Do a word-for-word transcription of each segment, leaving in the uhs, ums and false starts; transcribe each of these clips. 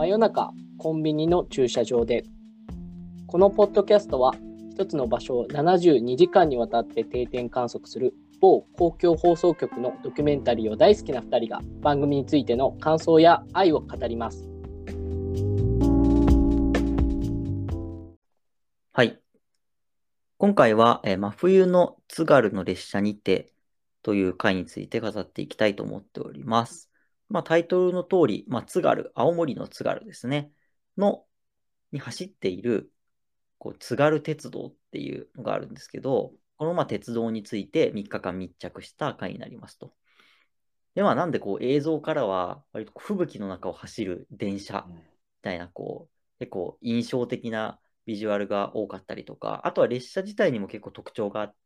真夜中コンビニの駐車場で。このポッドキャストは一つの場所をななじゅうにじかんにわたって定点観測する某公共放送局のドキュメンタリーを大好きなふたりが番組についての感想や愛を語ります。 はい。今回は、えー真冬の津軽の列車にてという回について語っていきたいと思っております。まあ、タイトルの通り、まあ、津軽、青森の津軽ですね、の、に走っている、こう、津軽鉄道っていうのがあるんですけど、このまあ鉄道についてみっかかん密着した回になりますと。で、まあ、なんでこう映像からは、割と吹雪の中を走る電車みたいな、こう、結構印象的なビジュアルが多かったりとか、あとは列車自体にも結構特徴があって、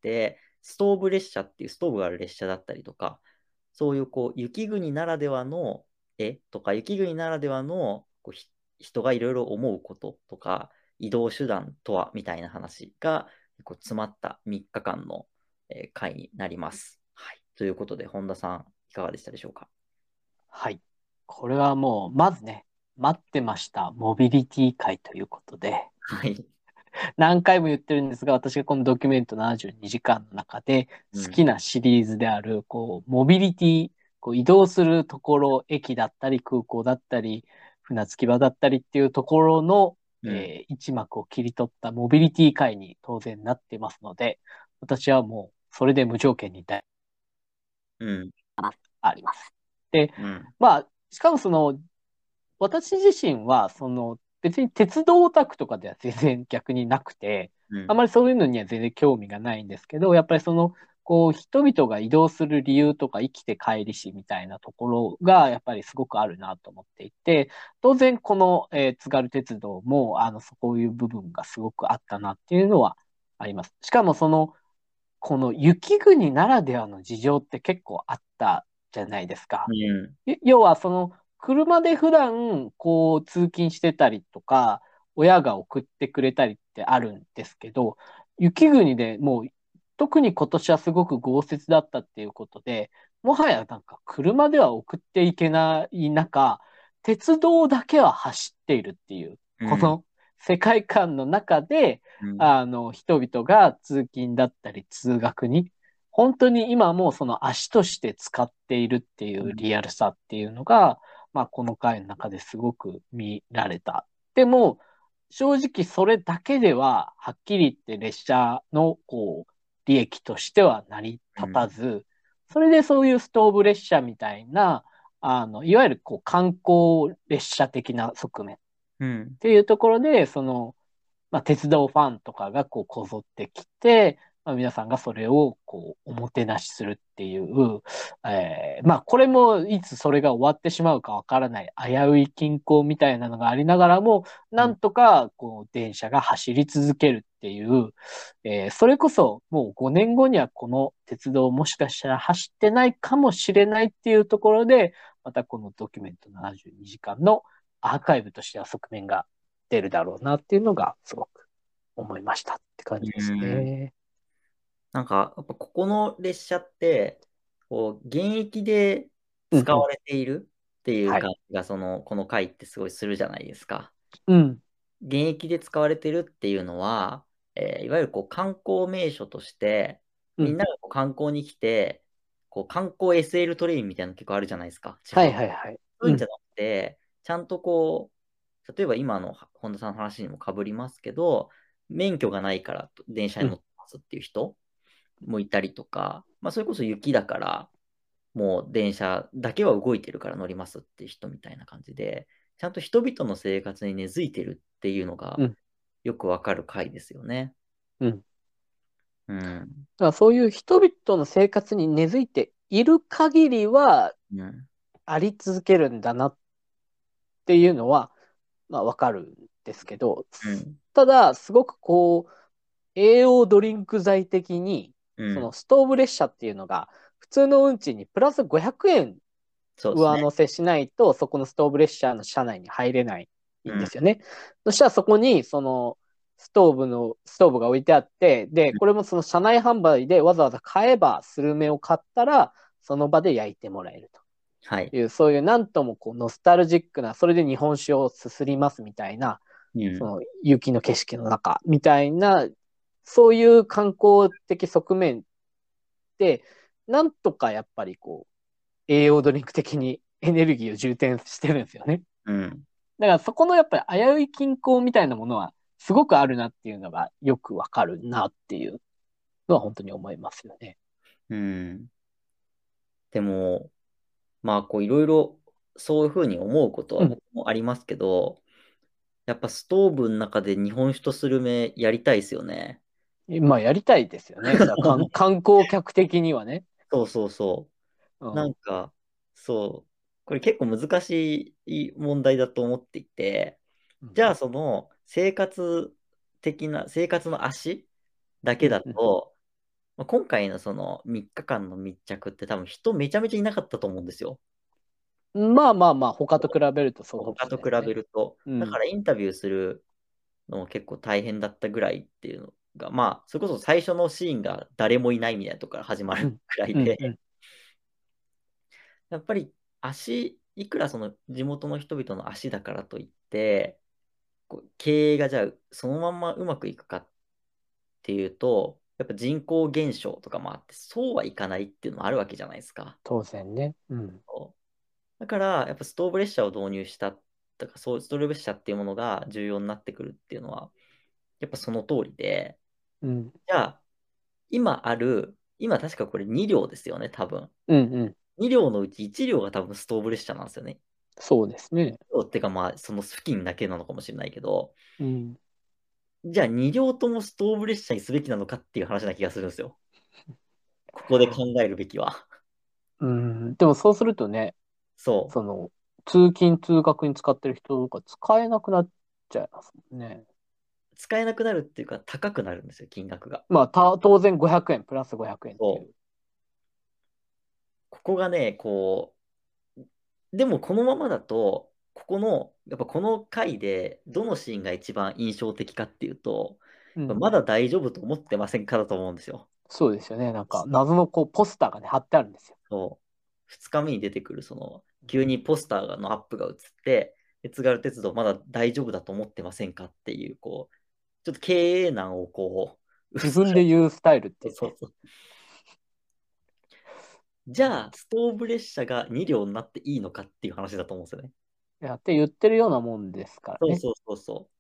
ストーブ列車っていうストーブがある列車だったりとか、そういうこう雪国ならではの絵とか、雪国ならではのこうひ人がいろいろ思うこととか、移動手段とはみたいな話が結構詰まったみっかかんの、えー回になります。はい。ということで、本田さん、いかがでしたでしょうか？ はい。これはもう、まずね、待ってましたモビリティ会ということで、 はい。 何回も言ってるんですが、私がこのドキュメントななじゅうにじかんの中で好うん。 きなシリーズである、こう、モビリティ、こう移動するところ、駅だったり空港だったり、船着き場だったりっていうところの、 うん。 えー一幕を切り取ったモビリティ会に当然なっていますので、私はもうそれで無条件に大うん。 あります。で、 うん。 まあ、しかもその、私自身は、その、別に鉄道オタクとかでは全然逆になくて、 うん。 あまりそういうのには全然興味がないんですけど、やっぱりその、こう、人々が移動する理由とか生きて帰りしみたいなところが、やっぱりすごくあるなと思っていて、当然この、えー津軽鉄道も、あの、そういう部分がすごくあったなっていうのはあります。しかもその、この雪国ならではの事情って結構あったじゃないですか。 うん。 い要はその車で普段こう通勤してたりとか、親が送ってくれたりってあるんですけど、雪国でもう特に今年はすごく豪雪だったっていうことで、もはやなんか車では送っていけない中、鉄道だけは走っているっていう、 うん。 この世界観の中で、 うん。 あの人々が通勤だったり通学に本当に今もその足として使っているっていうリアルさっていうのが、まあ、この回の中ですごく見られた。でも、正直それだけでは、はっきり言って列車のこう利益としては成り立たず、それでそういうストーブ列車みたいな、あの、いわゆるこう観光列車的な側面っうん。 ていうところで、その、まあ、鉄道ファンとかがこうこぞってきて、まあ、皆さんがそれをこうおもてなしするっていう、えーまあこれもいつそれが終わってしまうかわからない危うい均衡みたいなのがありながらも、 うん。 なんとかこう電車が走り続けるっていう、えーそれこそもうごねんごにはこの鉄道もしかしたら走ってないかもしれないっていうところで、またこのドキュメントななじゅうにじかんのアーカイブとしては側面が出るだろうなっていうのがすごく思いましたって感じですうん。 ね。 なんか、やっぱここの列車って、こう、現役でうんうん。 使われているっていうはい。 感じが、その、この回ってすごいするじゃないですか。 うん。 現役で使われてるっていうのは、えーいわゆるこう観光名所として、 うん。 みんながこう観光に来て、こう観光 エスエル トレインみたいなの結構あるじゃないですか、地はい方とか。 はいはい。うん。 そういうんじゃなくて、ちゃんとこう、例えば今の本田さんの話にもかぶりますけど、免許がないから電車うん。 に乗ってますっていう人もいたりとか、まあ、それこそ雪だから、もう電車だけは動いてるから乗りますっていう人みたいな感じで、ちゃんと人々の生活に根付いてるっていうのがうん。 よくわかる回ですよね。 うん。 うん。 だからそういう人々の生活に根付いている限りはうん。 あり続けるんだなっていうのは、まあわかるんですけど、 うん。 ただ、すごくこう、栄養ドリンク剤的に、そのうん。 ストーブ列車っていうのが、普通の運賃にプラスごひゃくえんそうですね。 上乗せしないと、そこのストーブ列車の車内に入れないうん。 んですよね。そしたらそこに、その、ストーブの、ストーブが置いてあって、で、これもその車内販売でわざわざ買えば、スルメを買ったら、その場で焼いてもらえると。 はい。 いう、そういうなんともこうノスタルジックな、それで日本酒をすすりますみたいな、 うん。 その雪の景色の中みたいな、そういう観光的側面で、なんとかやっぱりこう、栄養ドリンク的にエネルギーを充填してるんですよね。 うん。 だからそこのやっぱり危うい均衡みたいなものはすごくあるなっていうのがよくわかるなっていうのは本当に思いますよね。 うん。でも、まあ、こう、いろいろそういうふうに思うことはうん。 僕もありますけど、やっぱストーブの中で日本酒とスルメやりたいですよね。 まあやりたいですよね。それは観観光客的にはね。 そうそうそう。なうん。 んか、そう、これ結構難しい問題だと思っていて、 うんじゃあその生活的な、生活の足だけだうんうと、まあ今回のそのみっかかんの密着って多分人めちゃめちゃいなかったと思うんですよ。 ん。まあまあまあ、他と比べるとそうかも他と比しれないですね。 べると。だかうん。 らインタビューするのも結構大変だったぐらいっていうのが、まあ、それこそ最初のシーンが誰もいないみたいなところから始まるうんくらいで、 うんうん。 やっぱり足、いくらその地元の人々の足だからといって、こう経営がじゃあそのまんまうまくいくかっていうと、やっぱ人口減少とかもあって、そうはいかないっていうのもあるわけじゃないですか。 当然ね。うん。 だから、やっぱストーブ列車を導入したとか、そう、ストーブ列車っていうものが重要になってくるっていうのは、やっぱその通りで、 うん。 じゃあ、今ある、今確かこれに両ですよね、多分。 うんうん。 に両のうちいち両が多分ストーブ列車なんですよね。 そうですね。 両ってかまあ、その付近だけなのかもしれないけど、 うん。 じゃあに両ともストーブ列車にすべきなのかっていう話な気がするんですよ。ここで考えるべきは。 うん。でもそうするとね、 そう。 その、通勤通学に使ってる人とか使えなくなっちゃいますもんね。 使えなくなるっていうか、高くなるんですよ、金額が。 まあ、た、当然ごひゃくえん、プラスごひゃくえんっていう。 そう。ここがね、こう、でもこのままだと、ここの、やっぱこの回で、どのシーンが一番印象的かっていうと、 うん。 まだ大丈夫と思ってませんかだと思うんですよ。 そうですよね。なんか、謎のこう、ポスターがね、貼ってあるんですよ。 そう。ふつかめに出てくる、その、急にポスターのアップが映って、で津軽鉄道まだ大丈夫だと思ってませんかっていう、こう、ちょっと経営難をこう、うっ自すら分で言うスタイルっていうね。 そうそう。じゃあ、ストーブ列車がに両になっていいのかっていう話だと思うんですよね。 やって言ってるようなもんですからね。 そうそうそうそう。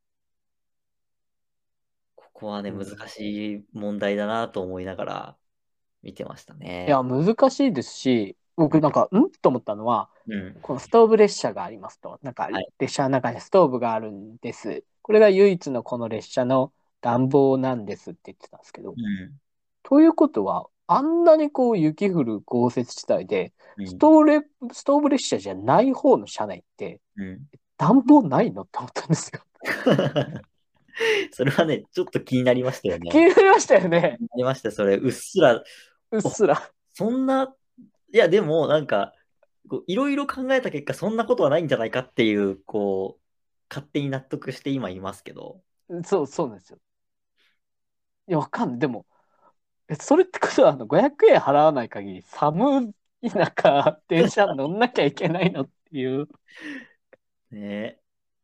ここはね、難うん。 しい問題だなと思いながら見てましたいや、 ね。 難しいですし、 うん。 僕なんか、んと思ったのは、 うん。 このストーブ列車がありますと。なんか、 はい。 列車の中にストーブがあるんです。これが唯一のこの列車の暖房なんですって言ってたんですけど、 うん。 ということは、あんなにこう雪降る豪雪地帯で、スうん。 トーレ、ストーブ列車じゃない方の車内ってうん。 暖房ないのって思ったんですよ。 それはね、ちょっと気になりましたよ気にね。 なりましたよね。 気になりました、それ。うっすら、 うっお、 すら。 そんな、いや、でも、なんか、こういろいろ考えた結果、そんなことはないんじゃないかっていう、こう、勝手に納得して今いますけど。 そう、そうなんですよ。いや、わかんない。でも、え、それってことは、あの、ごひゃくえん払わない限り、寒い中、電車乗んなきゃいけないのっていう。 ね。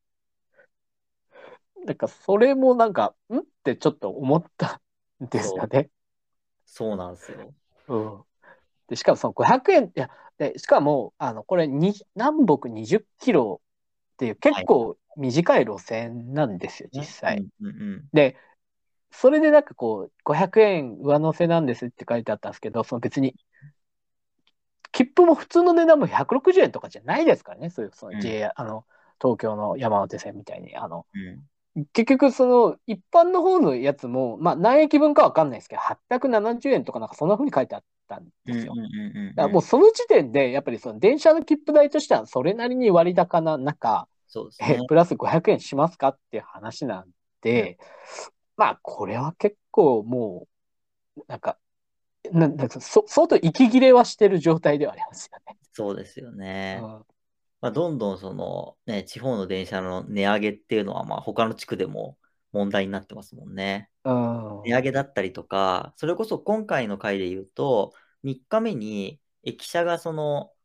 なんか、それもなんか、んってちょっと思ったんですそう、 よね。 そうなんですよ。 うん。で、しかもそのごひゃくえん、いや、で、しかも、あの、これに、南北にじゅっキロっていう結はい。 構短い路線なんですよ、実ね。う際。 ん、うん、うん。 で、それでなんかこう、ごひゃくえん上乗せなんですって書いてあったんですけど、その別に、切符も普通の値段もひゃくろくじゅうえんとかじゃないですからね、そういう、そのうん、 J、あの、東京の山手線みたいに、あの、 うん。 結局その一般の方のやつも、まあ何駅分かわかんないですけど、はっぴゃくななじゅうえんとかなんかそんな風に書いてあったんうん、うん、 ですよ。 うん、 だからうん。うん。 もうその時点で、やっぱりその電車の切符代としてはそれなりに割高な中、え、 そうですね。 プラスごひゃくえんしますかっていう話なんうん。 で、まあこれは結構もう、なんか、ななんかそ相当息切れはしてる状態ではありますよね。 そうですよね。 うん。 まあ、どんどんその、ね、地方の電車の値上げっていうのは、まあ、他の地区でも問題になってますもんね。 うん。 値上げだったりとか、それこそ今回の回で言うと、みっかめに駅舎がその、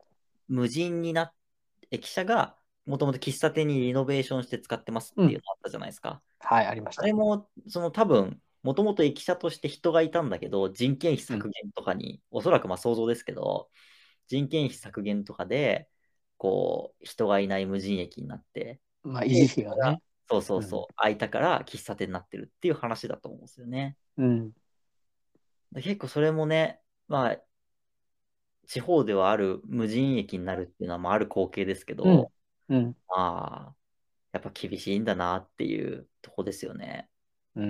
無人になっ駅舎がもともと喫茶店にリノベーションして使ってますうん。 っていうのあったじゃないですか。 はい、ありました。 あれも、その多分、もともと駅舎として人がいたんだけど、人件費うん。 削減とかに、おそらくまあ想像ですけど、人件費削減とかで、こう、人がいない無人駅になって、 まあ、維持で、 費がね。 そうそううん。 そう、空いたから喫茶店になってるっていう話だと思うんですよね。 うん。 で結構それもね、まあ、地方ではある無人駅になるっていうのは、まあ、ある光景ですけうん。 ど、 うん。 まあ、やっぱ厳しいんだなっていうとこですよね。 うん。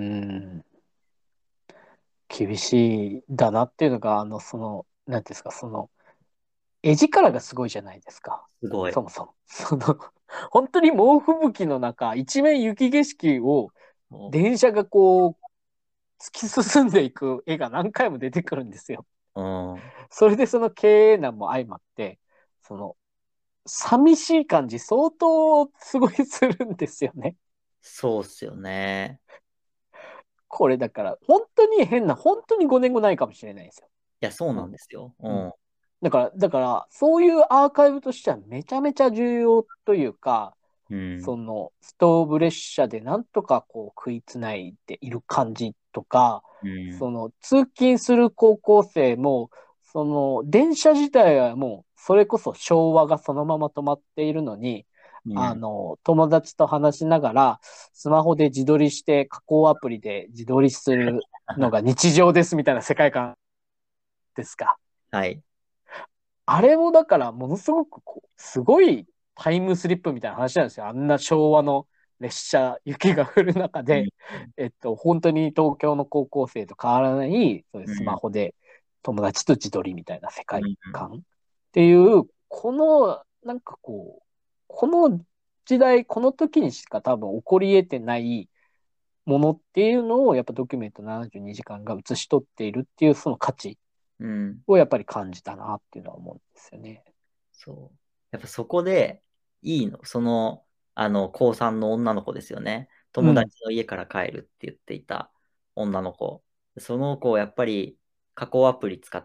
厳しいだなっていうのが、あの、その、なんていうんですか、その、絵力がすごいじゃないですか。 すごい。 そもそも。その、本当に猛吹雪の中、一面雪景色をも電車がこう、突き進んでいく絵が何回も出てくるんですよ。 う、うん、 それでその経営難も相まって、その、寂しい感じ相当すごいするんですよね。 そうっすよね。 これだから、本当に変な、本当にごねんごないかもしれないんですよ。 いや、そうその、 なんですよ。ううん。 ん。 だから、だから、そういうアーカイブとしてはめちゃめちゃ重要というか、 うん。 その、ストーブ列車でなんとかこう食いつないでいる感じとか、 うん。 その、通勤する高校生も、その、電車自体はもう、それこそ昭和がそのまま止まっているのに、 うん。 あの、友達と話しながら、スマホで自撮りして、加工アプリで自撮りするのが日常ですみたいな世界観ですか。 はい。 あれもだからものすごくこう、すごいタイムスリップみたいな話なんですよ。あんな昭和の列車、雪が降る中うん。 で、えっと、本当に東京の高校生と変わらない、そういうスマうん。 ホで友達と自撮りみたいな世界うん。 観っていう、この、なんかこう、この時代、この時にしか多分起こり得てないものっていうのを、やっぱドキュメントななじゅうにじかんが映し取っているっていうその価値うん。 をやっぱり感じたなっていうのは思うんですよね。 そう。やっぱそこで、いいの。その、あの、高さんの女の子ですよね。友うん。 達の家から帰るって言っていた女の子。その子をやっぱり加工アプリ使って、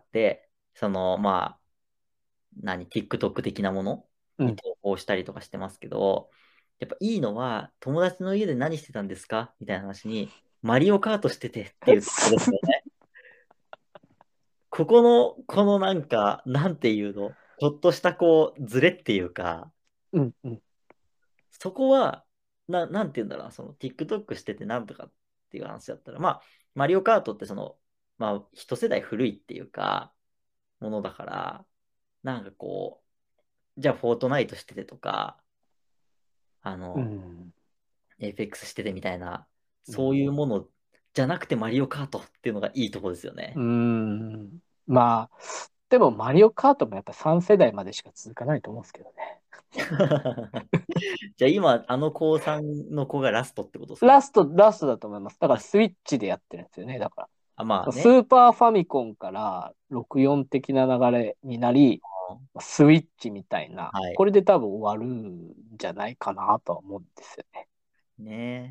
その、まあ、何、TikTok 的なものにうん。 投稿したりとかしてますけど、やっぱいいのは、友達の家で何してたんですかみたいな話に、マリオカートしててっていうところですよね。ここの、このなんか、なんていうの、ちょっとしたこう、ズレっていうか、 うん、うん、 そこは、な、なんていうんだろうな、その TikTok しててなんとかっていう話だったら、まあ、マリオカートってその、まあ、一世代古いっていうか、ものだから、なんかこう、じゃあ、フォートナイトしててとか、あうの、 ん、 エイペックスしててみたいな、そううん。 いうものじゃなくてマリオカートっていうのがいいところですようね。 ん。まあ、でもマリオカートもやっぱさん世代までしか続かないと思うんですけどね。 じゃあ今、あの高さんの子がラストってことですか？ ラスト、ラストだと思います。だからあ、 スイッチでやってるんですよね。だかあまあら、スね。 ーパーファミコンからろくじゅうよん的な流れになり、スイッチみたいな、 はい。 これで多分終わるんじゃないかなとは思うんですよね。 ね。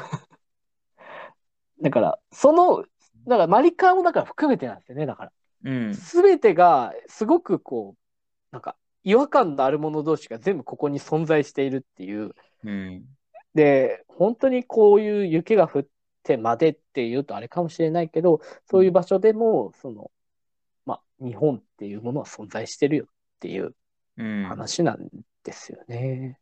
だから、その、だからマリカーもだから含めてなんですよね。だから、 うん。 すべてがすごくこう、なんか違和感のあるもの同士が全部ここに存在しているっていう。 うん。 で、本当にこういう雪が降ってまでっていうとあれかもしれないけど、そういう場所でも、その、まあ、日本っていうものは存在してるよっていううん。 話なんですよね。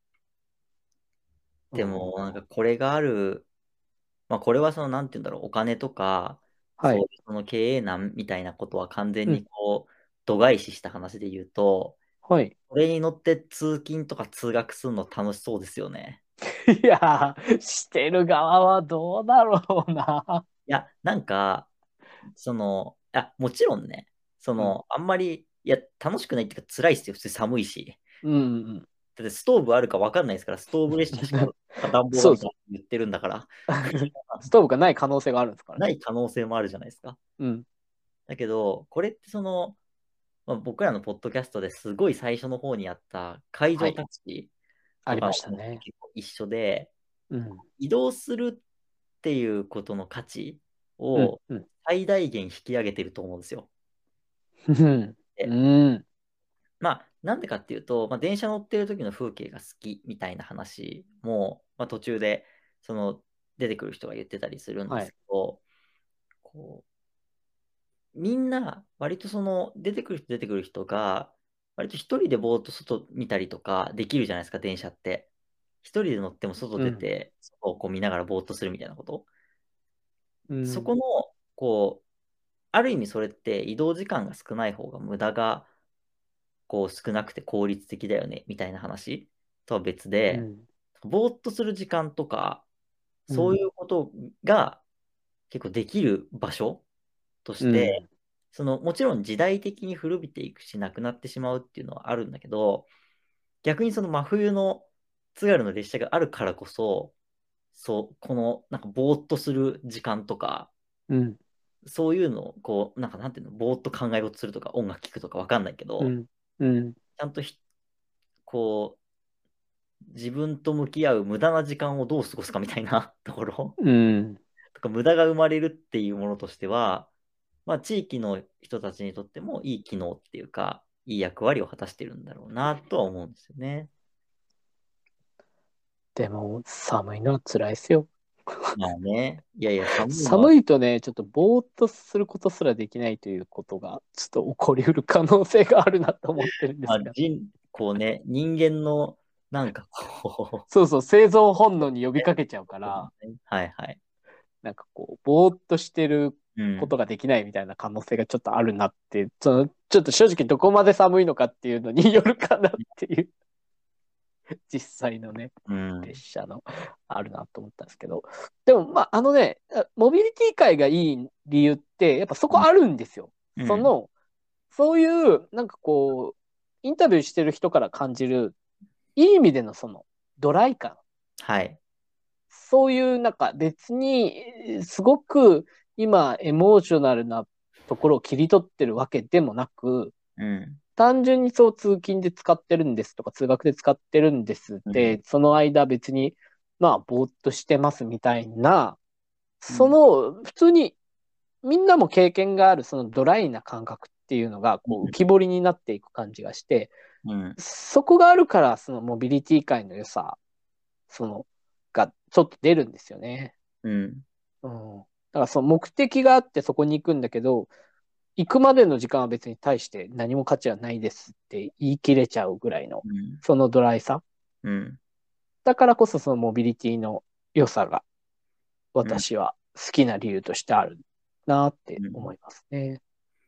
うん、 でも、なんかこれがある、まあこれはその、なんて言うんだろう、お金とか、 はい。 そういうその経営難みたいなことは完全にうん。 こう、度外視した話で言うと、 はい。 これに乗って通勤とか通学するの楽しそうですよね。 いやー、してる側はどうだろうな。 いや、なんか、その、あ、もちろんね、そうん。 の、あんまり、いや、楽しくないっていうか辛いですよ。普通に寒いし。 うん。 だってストーブあるか分かんないですから、ストーブ列車しか暖房がみたいそうそな言ってるんだから、 う。ストーブがない可能性があるんですからね。 ない可能性もあるじゃないですか。 うん。 だけど、これってその、まあ、僕らのポッドキャストですごい最初の方にあった会場はい。 タクシーありまとかのしたね。 結構一緒で、 うん。 移動するっていうことの価値うん。 をうん。 最大限引き上げてると思うんですよ。 うん。 でうん。 まあ、なんでかっていうと、まあ、電車乗ってる時の風景が好きみたいな話も、まあ、途中で、その、出てくる人が言ってたりするんではい。 すけど、こう、みんな、割とその、出てくる人出てくる人が、割と一人でぼーっと外見たりとかできるじゃないですか、電車って。一人で乗っても外うん。 出て、外をこう見ながらぼーっとするみたいなこと。 うん。 そこの、こう、ある意味それって移動時間が少ない方が無駄がこう少なくて効率的だよねみたいな話とは別で、 うん。 ぼーっとする時間とか、 うん。 そういうことが結構できる場所として、 うん。 そのもちろん時代的に古びていくし、なくなってしまうっていうのはあるんだけど、逆にその真冬の津軽の列車があるからこそ、そう、このなんかぼーっとする時間とか、 うん。 そういうのを、こう、なんかなんていうの、ぼーっと考え事するとか、音楽聴くとかわかんないけど、 うん。うん。 ちゃんとひこう、自分と向き合う無駄な時間をどう過ごすかみたいなところうん。 とか、無駄が生まれるっていうものとしては、まあ、地域の人たちにとってもいい機能っていうか、いい役割を果たしてるんだろうなとは思うんですよね。 でも、寒いのは辛いですよ。 まあね。いやいや、寒いのは、 寒いとね、ちょっとぼーっとすることすらできないということが、ちょっと起こりうる可能性があるなと思ってるんでまあ、 すが。 人、こうね、人間の、なんかこそうそう、生存本能に呼びかけちゃうかう、 ら、 ね、はいはい。 なんかこう、ぼーっとしてるうん。 ことができないみたいな可能性がちょっとあるなって、その、ちょっと正直どこまで寒いのかっていうのによるかなっていう、実際のね、 うん。 列車のあるなと思ったんですけど。でも、まあ、あのね、モビリティ界がいい理由って、やっぱそこあるんですよ。 うん。 その、そういう、なんかこう、インタビューしてる人から感じる、いい意味でのその、ドライ感。 はい。 そういうなんか別に、すごく今エモーショナルなところを切り取ってるわけでもなく、 うん。 単純にそう通勤で使ってるんですとか通学で使ってるんですっうん。 て、その間別に、まあ、ぼーっとしてますみたいな、そうん。 の、普通にみんなも経験があるそのドライな感覚っていうのがこう浮き彫りになっていく感じがして、 うん。 そこがあるからそのモビリティ界の良さ、その、がちょっと出るんですよね。 うん。 うん。だからその目的があってそこに行くんだけど、行くまでの時間は別に対して何も価値はないですって言い切れちゃうぐらいの、 うん。 そのドライさ。 うん。 だからこそそのモビリティの良さがうん。 私は好きな理由としてあるなってうん。 思いますね。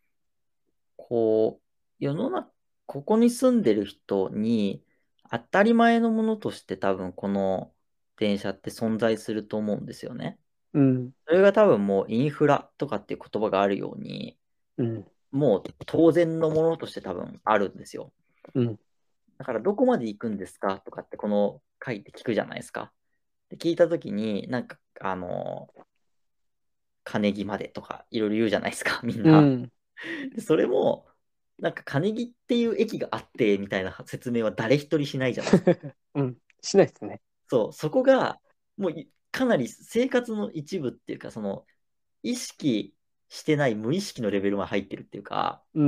こう、世の中、ここに住んでる人に当たり前のものとして多分この電車って存在すると思うんですよね。 うん、 それが多分もうインフラとかっていう言葉があるように、 うん、 もう当然のものとして多分あるんですよ。 うん、 だからどこまで行くんですかとかってこの回って聞くじゃないですか。で聞いたときに、なんか、あの、金木までとかいろいろ言うじゃないですか、みんな。 うん、 でそれも、なんか金木っていう駅があってみたいな説明は誰一人しないじゃないですか。 うん、しないですね。 そう、そこが、もういかなり生活の一部っていうか、その、意識してない無意識のレベルまで入ってるっていうか、 うん、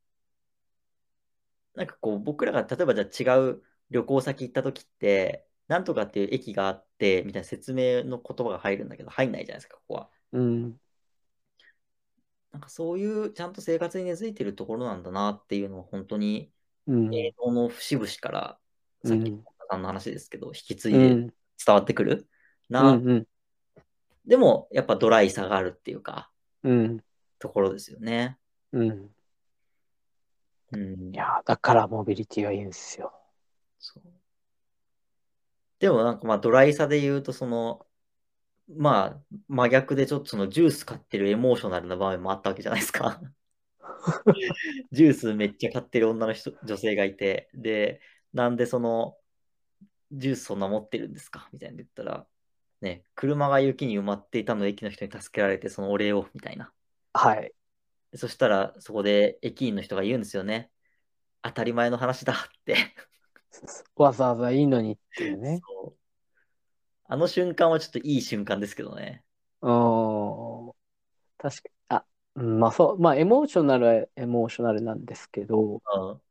なんかこう、僕らが例えばじゃあ違う旅行先行った時って、なんとかっていう駅があって、みたいな説明の言葉が入るんだけど、入んないじゃないですか、ここは。 うん、 なんかそういうちゃんと生活に根付いてるところなんだなっていうのは本当にうん、 映像の節々からさっきうん、 のさんの話ですけど、引き継いでうん、 伝わってくるな。 うん、うん、 でもやっぱドライさがあるっていうか、 うん、 ところですよね。 うん。 うん。 いや、だからモビリティはいいんですよ。 そう。でもなんかまあドライさで言うと、その、まあ真逆でちょっとそのジュース買ってるエモーショナルな場面もあったわけじゃないですか。ジュースめっちゃ買ってる女の人、女性がいて、で、なんでその、ジュースそんな持ってるんですかみたいな言ったら、ね、車が雪に埋まっていたので駅の人に助けられてそのお礼を、みたいな。 はい。 でそしたら、そこで駅員の人が言うんですよね。当たり前の話だって。 わざわざいいのにっていうね。 そう。あの瞬間はちょっといい瞬間ですけどね。 うん。確かに。あ、うんまあそう。まあエモーショナルはエモーショナルなんですけど、 うん。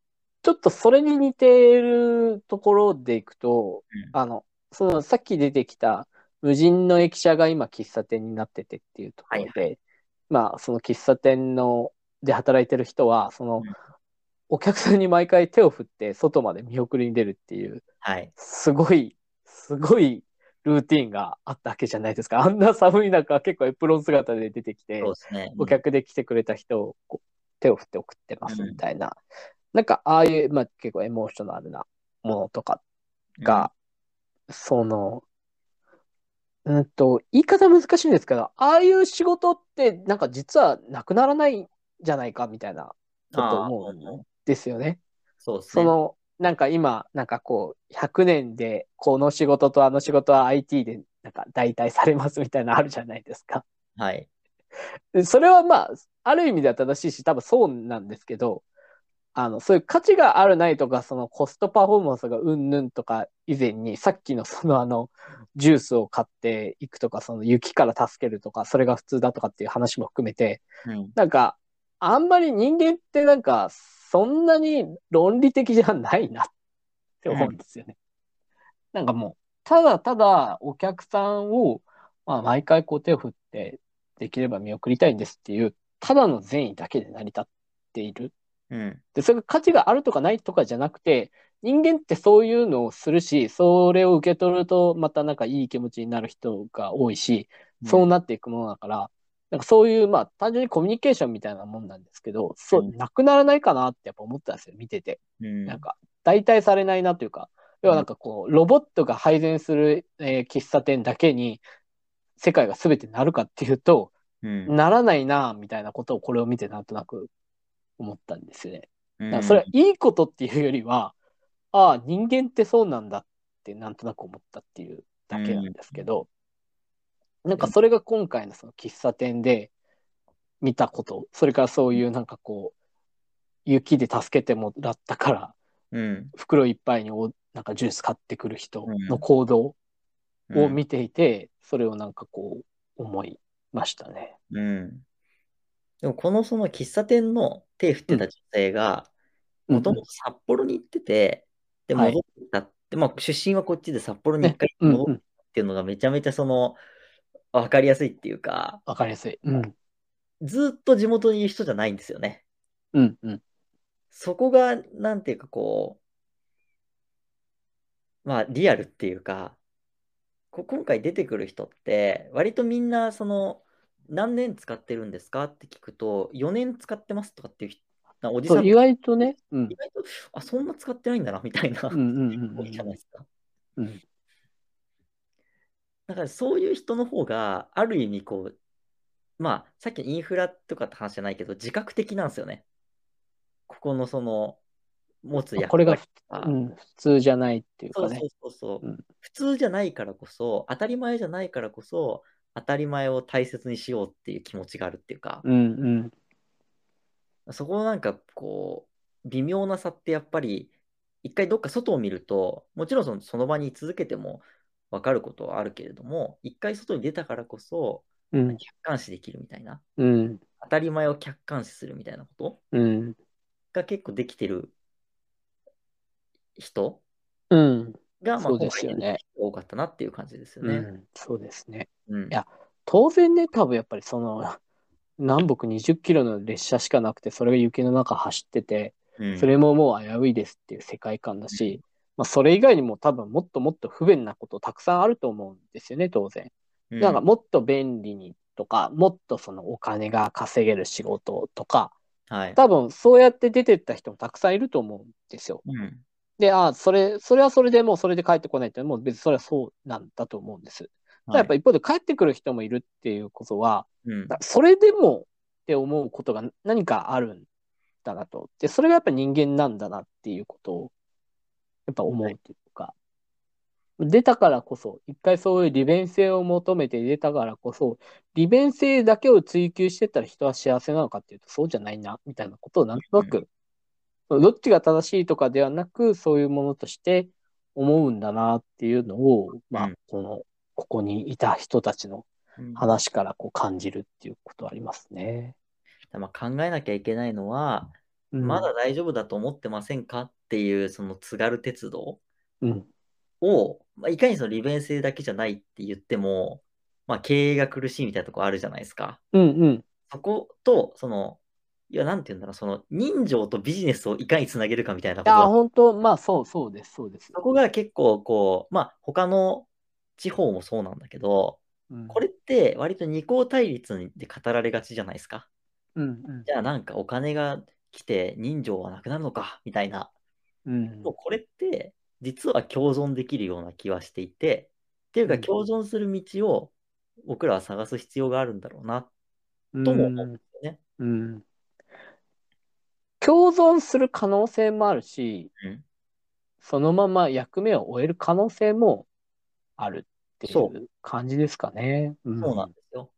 ちょっとそれに似ているところでいくと、 うんあの、そのさっき出てきた無人の駅舎が今喫茶店になっててっていうとこはいはい。 ろで、まあその喫茶店ので働いてる人は、そのうんお客さんに毎回手を振って外まで見送りに出るっていう、 はい。 すごい、すごいルーティンがあったわけじゃないですか。あんな寒い中、結構エプロン姿で出てきて、 そうですね。うん。 お客で来てくれた人をこう手を振って送ってますみうん。 たいな。なんか、ああいう、まあ結構エモーショナルなものとかうん。 が、その、うんと、言い方難しいんですけど、ああいう仕事ってなんか実はなくならないんじゃないかみたいなことをああ、 思うんうんうん。 ですよね。 そうですね。 その、なんか今、なんかこう、ひゃくねんでこの仕事とあの仕事は アイティー でなんか代替されますみたいなのあるじゃないですか。 はい。 でそれはまあ、ある意味では正しいし、多分そうなんですけど、あの、そういう価値があるないとか、そのコストパフォーマンスがうんぬんとか以前に、さっきのそのあの、ジュースを買っていくとか、その雪から助けるとか、それが普通だとかっていう話も含めて、 うん。 なんか、あんまり人間ってなんか、そんなに論理的じゃないなって思うんうん。 ですよね。なんかもう、ただただお客さんを、まあ、毎回こう手を振って、できれば見送りたいんですっていう、ただの善意だけで成り立っている。 うん。 で、それが価値があるとかないとかじゃなくて、人間ってそういうのをするし、それを受け取るとまたなんかいい気持ちになる人が多いし、そううん。 なっていくものだから、なんかそういう、まあ単純にコミュニケーションみたいなもんなんですけど、そう、 うん。 なくならないかなってやっぱ思ったんですよ、見てて。 うん。 なんか、代替されないなというか、要はなんかこう、ロボットが配膳する、えー喫茶店だけに世界が全てなるかっていうと、 うん。 ならないな、みたいなことをこれを見てなんとなく思ったんですよね。 うん。 だからそれはいいことっていうよりは、ああ、人間ってそうなんだってなんとなく思ったっていううだけなんん。 ですけど、なんでも、 かそれが今回のその喫茶店で見たこと、それからそういうなんかこう、雪で助けてもらったから、 うん。 袋いっぱいにおなんかジュース買ってくる人のうん。 行動うん。 を見ていて、それをなんかこう思いましたね。 うん。でも、このその喫茶店の手振っうん、 てた女性が、 うん、うん。 もともと札幌に行ってて、で、 はい。 戻ってきたって、まあ、出身はこっちで札幌に一ね。 回うん、うん。 戻ってきたっていうのがめちゃめちゃその、わかりやすいっていうか、 わかりやすい。うん、 ずっと地元にいる人じゃないんですよね。 うん、うん。 そこが、なんていうかこう、まあ、リアルっていうか、こ今回出てくる人って、割とみんな、その、何年使ってるんですかって聞くと、よねん使ってますとかっていう人、なおじそう、 さん、 意外とね、うん、 意外と、あ、そんな使ってないんだな、みたいな、 うん、うん、 多いじゃないうん、 ですか。 うん。うん。 だからそういう人の方が、ある意味こう、まあ、さっきのインフラとかって話じゃないけど、自覚的なんですよね。ここのその、持つ役割これがふ、 とか、 うん、普通じゃないっていうかね。 そうそうそうそう。 うん、 普通じゃないからこそ、当たり前じゃないからこそ、当たり前を大切にしようっていう気持ちがあるっていうか、 うん、うん。 そこのなんかこう、微妙な差ってやっぱり、一回どっか外を見ると、もちろんその、その場に居続けても分かることはあるけれども、一回外に出たからこそ、 うん、 客観視できるみたいな、 うん、 当たり前を客観視するみたいなことうん、 が結構できてる人うん。 が、まあ、 そうで今回すよね。 出てきて多かったなっていう感じですよね。 うん、そうですね。 うん。 いや、当然ね、多分やっぱりその、南北にじゅっキロの列車しかなくて、それが雪の中走ってて、 うん。 それももう危ういですっていう世界観だし、まあ、それ以外にも多分もっともっと不便なことたくさんあると思うんですよね、当然。なんかうん。 もっと便利にとか、もっとそのお金が稼げる仕事とか、 はい。 多分そうやって出てった人もたくさんいると思うんですよ。 うん。 で、ああ、それ、それはそれでもうそれで帰ってこないって、もう別にそれはそうなんだと思うんです。ただやはい。 っぱ一方で帰ってくる人もいるっていうことは、 うん。 それでもって思うことが何かあるんだなと。で、それがやっぱ人間なんだなっていうことをやっぱ思はい。 うっていうか、出たからこそ、一回そういう利便性を求めて出たからこそ、利便性だけを追求してたら人は幸せなのかっていうとそうじゃないな、みたいなことをなんとうん。 なくどっちが正しいとかではなく、そういうものとして思うんだなっていうのを、まあ、 うん。 この、ここにいた人たちのうん。 話からこう感じるっていうことはありますね。 まあ、考えなきゃいけないのは、 うん。 まだ大丈夫だと思ってませんかっっていうその津軽鉄道うん。 を、まあ、いかにその利便性だけじゃないって言っても、まあ、経営が苦しいみたいなところあるじゃないですか。 うんうん。 そこと、その、いや、なんて言うんだろう、その人情とビジネスをいかにつなげるかみたいないや、 ことだ。 本当まあ、そう、そうです、そうです。 そこが結構、こう、まあ、他の地方もそうなんだけど、 うん。 これって割と二項対立で語られがちじゃないですか。 うんうんじゃあなんかお金が来て人情はなくなるのか、みたいな。 うんもうこれって実は共存できるような気はしていて、っていうかうん共存する道を僕らは探す必要があるんだろうな、 うとも思うんんですよね。 うん。共存する可能性もあるし、 うん。 そのまま役目を終える可能性もあるっていそう、 う感じですかね。うそうなんん。 ですよ。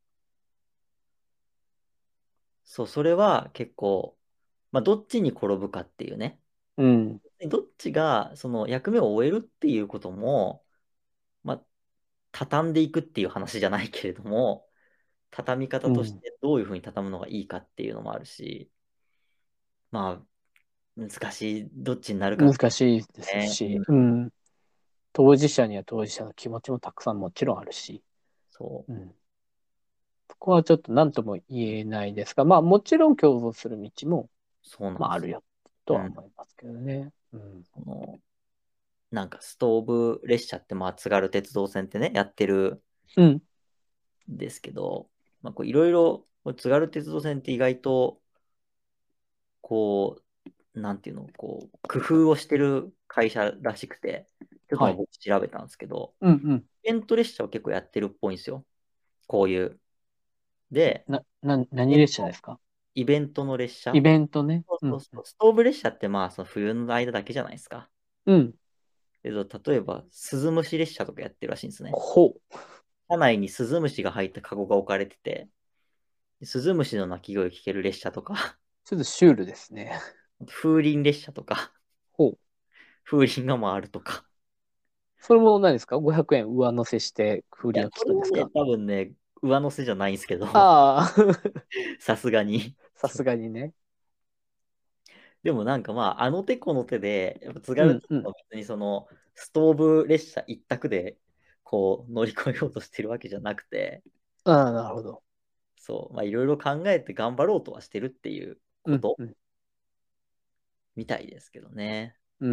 そう、それは結構、まあ、どっちに転ぶかっていうね。 うん。 どっちがその役目を終えるっていうことも、まあ、畳んでいくっていう話じゃないけれども、畳み方としうん。 てどういうふうに畳むのがいいかっていうのもあるし、まあ、難しい、どっちになるかって難しいですね。 し、 うん、 うん。当事者には当事者の気持ちもたくさんもちろんあるし、 そう、 うん。そこはちょっと何とも言えないですが、まあもちろん共存する道も、まああそうなんですよ。 るよとはうん。 思いますけどね。うん。 この、なんかストーブ列車って、まあ、津軽鉄道線ってね、やってるうん。 んですけど、まあ、こういろいろ、これ津軽鉄道線って意外と、こう、なんていうの、こう、工夫をしてる会社らしくて、ちょっとはい。 まあ僕調べたんですけど、 うんうん。 イベント列車を結構やってるっぽいんですよ。こういう。で、 な、な、 イベ何ント、 列車ですか？ イベントの列イ車。 ベントね。 そううん。 そうそう。ストーブ列車ってまあ、その冬の間だけじゃないですか。 うん。 けど、例えば、スズムシ列車とかやってるらしいんですね。 ほう。 車内にスズムシが入ったカゴが置かれてて、スズムシの鳴き声を聞ける列車とか、 ちょっとシュールですね。 風鈴列車とか、 ほう。 風鈴が回るとか。 それも何ですか？ ごひゃく 円上乗せして風いや、 鈴が聞これはね、 くんですか？ 多分ね、上乗せじゃないんですけど、 ああさすがに。 さすがにね。 でもなんかまあ、あの手この手で、やっぱ津軽うんうん。 鉄道は別にその、ストーブ列車一択で、こう、乗り越えようとしてるわけじゃなくて、 ああ、なるほど。 そう、まあいろいろ考えて頑張ろうとはしてるっていうことうんうん。 みたいですけどね。 うん。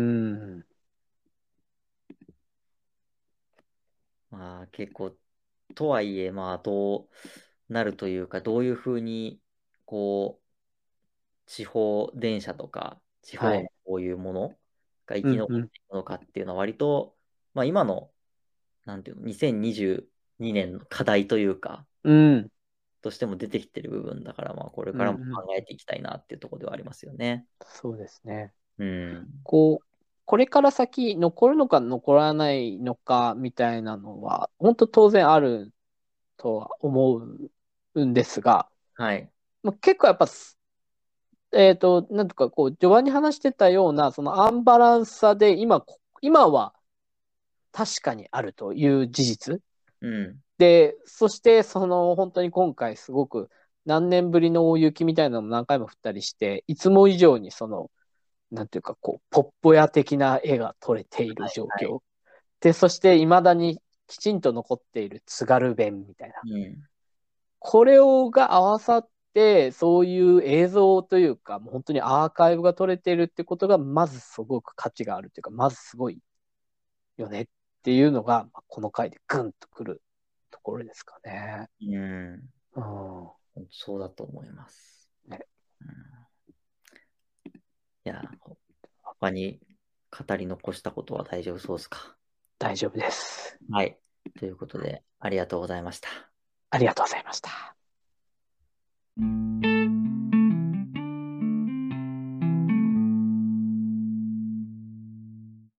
まあ結構、とはいえ、まあどうなるというか、どういうふうに、こう、地方電車とか、地方のはい。 こういうものが生き残うんうん。 っていくのかっていうのは割と、まあ今の、なんていうの、にせんにじゅうにねんの課題というか、 うん。 としても出てきてる部分だから、まあこれうんうからもん。 考えていきたいなっていうところではありますよね。 そうですね。 うん。 こう、これから先残るのか残らないのかみたいなのは、本当当然あるとは思うんですが、 はい。 まあ、結構やっぱ、えっと、なんとかこう、序盤に話してたような、そのアンバランスさで今こ、今は確かにあるという事実。 うん。 で、そしてその本当に今回すごく何年ぶりの大雪みたいなのも何回も降ったりして、いつも以上にその、なんていうかこう、ポッポ屋的な絵が撮れているはい。はい。 状況。で、そして未だにきちんと残っている津軽弁みたいな。 うん。 これをが合わさって、そういう映像というか、もう本当にアーカイブが撮れているってことが、まずすごく価値があるというか、まずすごいよねっていうのが、この回でグンとくるところですかね。 うん。 うん。 そうだと思います。 ね、 うん、いや、他に語り残したことは大丈夫そうですか？ 大丈夫です。 はい。ということで、ありがとうございました。 ありがとうございました。